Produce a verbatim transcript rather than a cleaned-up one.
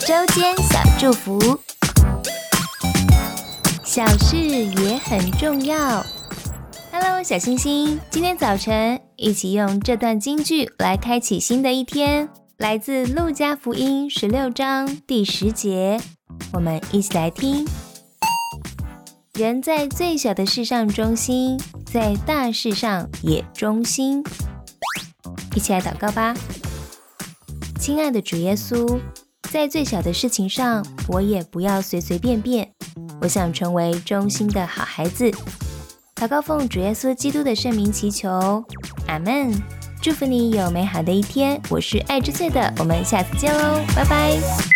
周间小祝福，小事也很重要。Hello， 小星星，今天早晨一起用这段金句来开启新的一天，来自路加福音十六章第十节，我们一起来听。人在最小的事上忠心，在大事上也忠心。一起来祷告吧。亲爱的主耶稣，在最小的事情上，我也不要随随便便，我想成为忠心的好孩子。祷告奉主耶稣基督的圣名祈求，阿们。祝福你有美好的一天，我是爱之翠的，我们下次见喽，拜拜。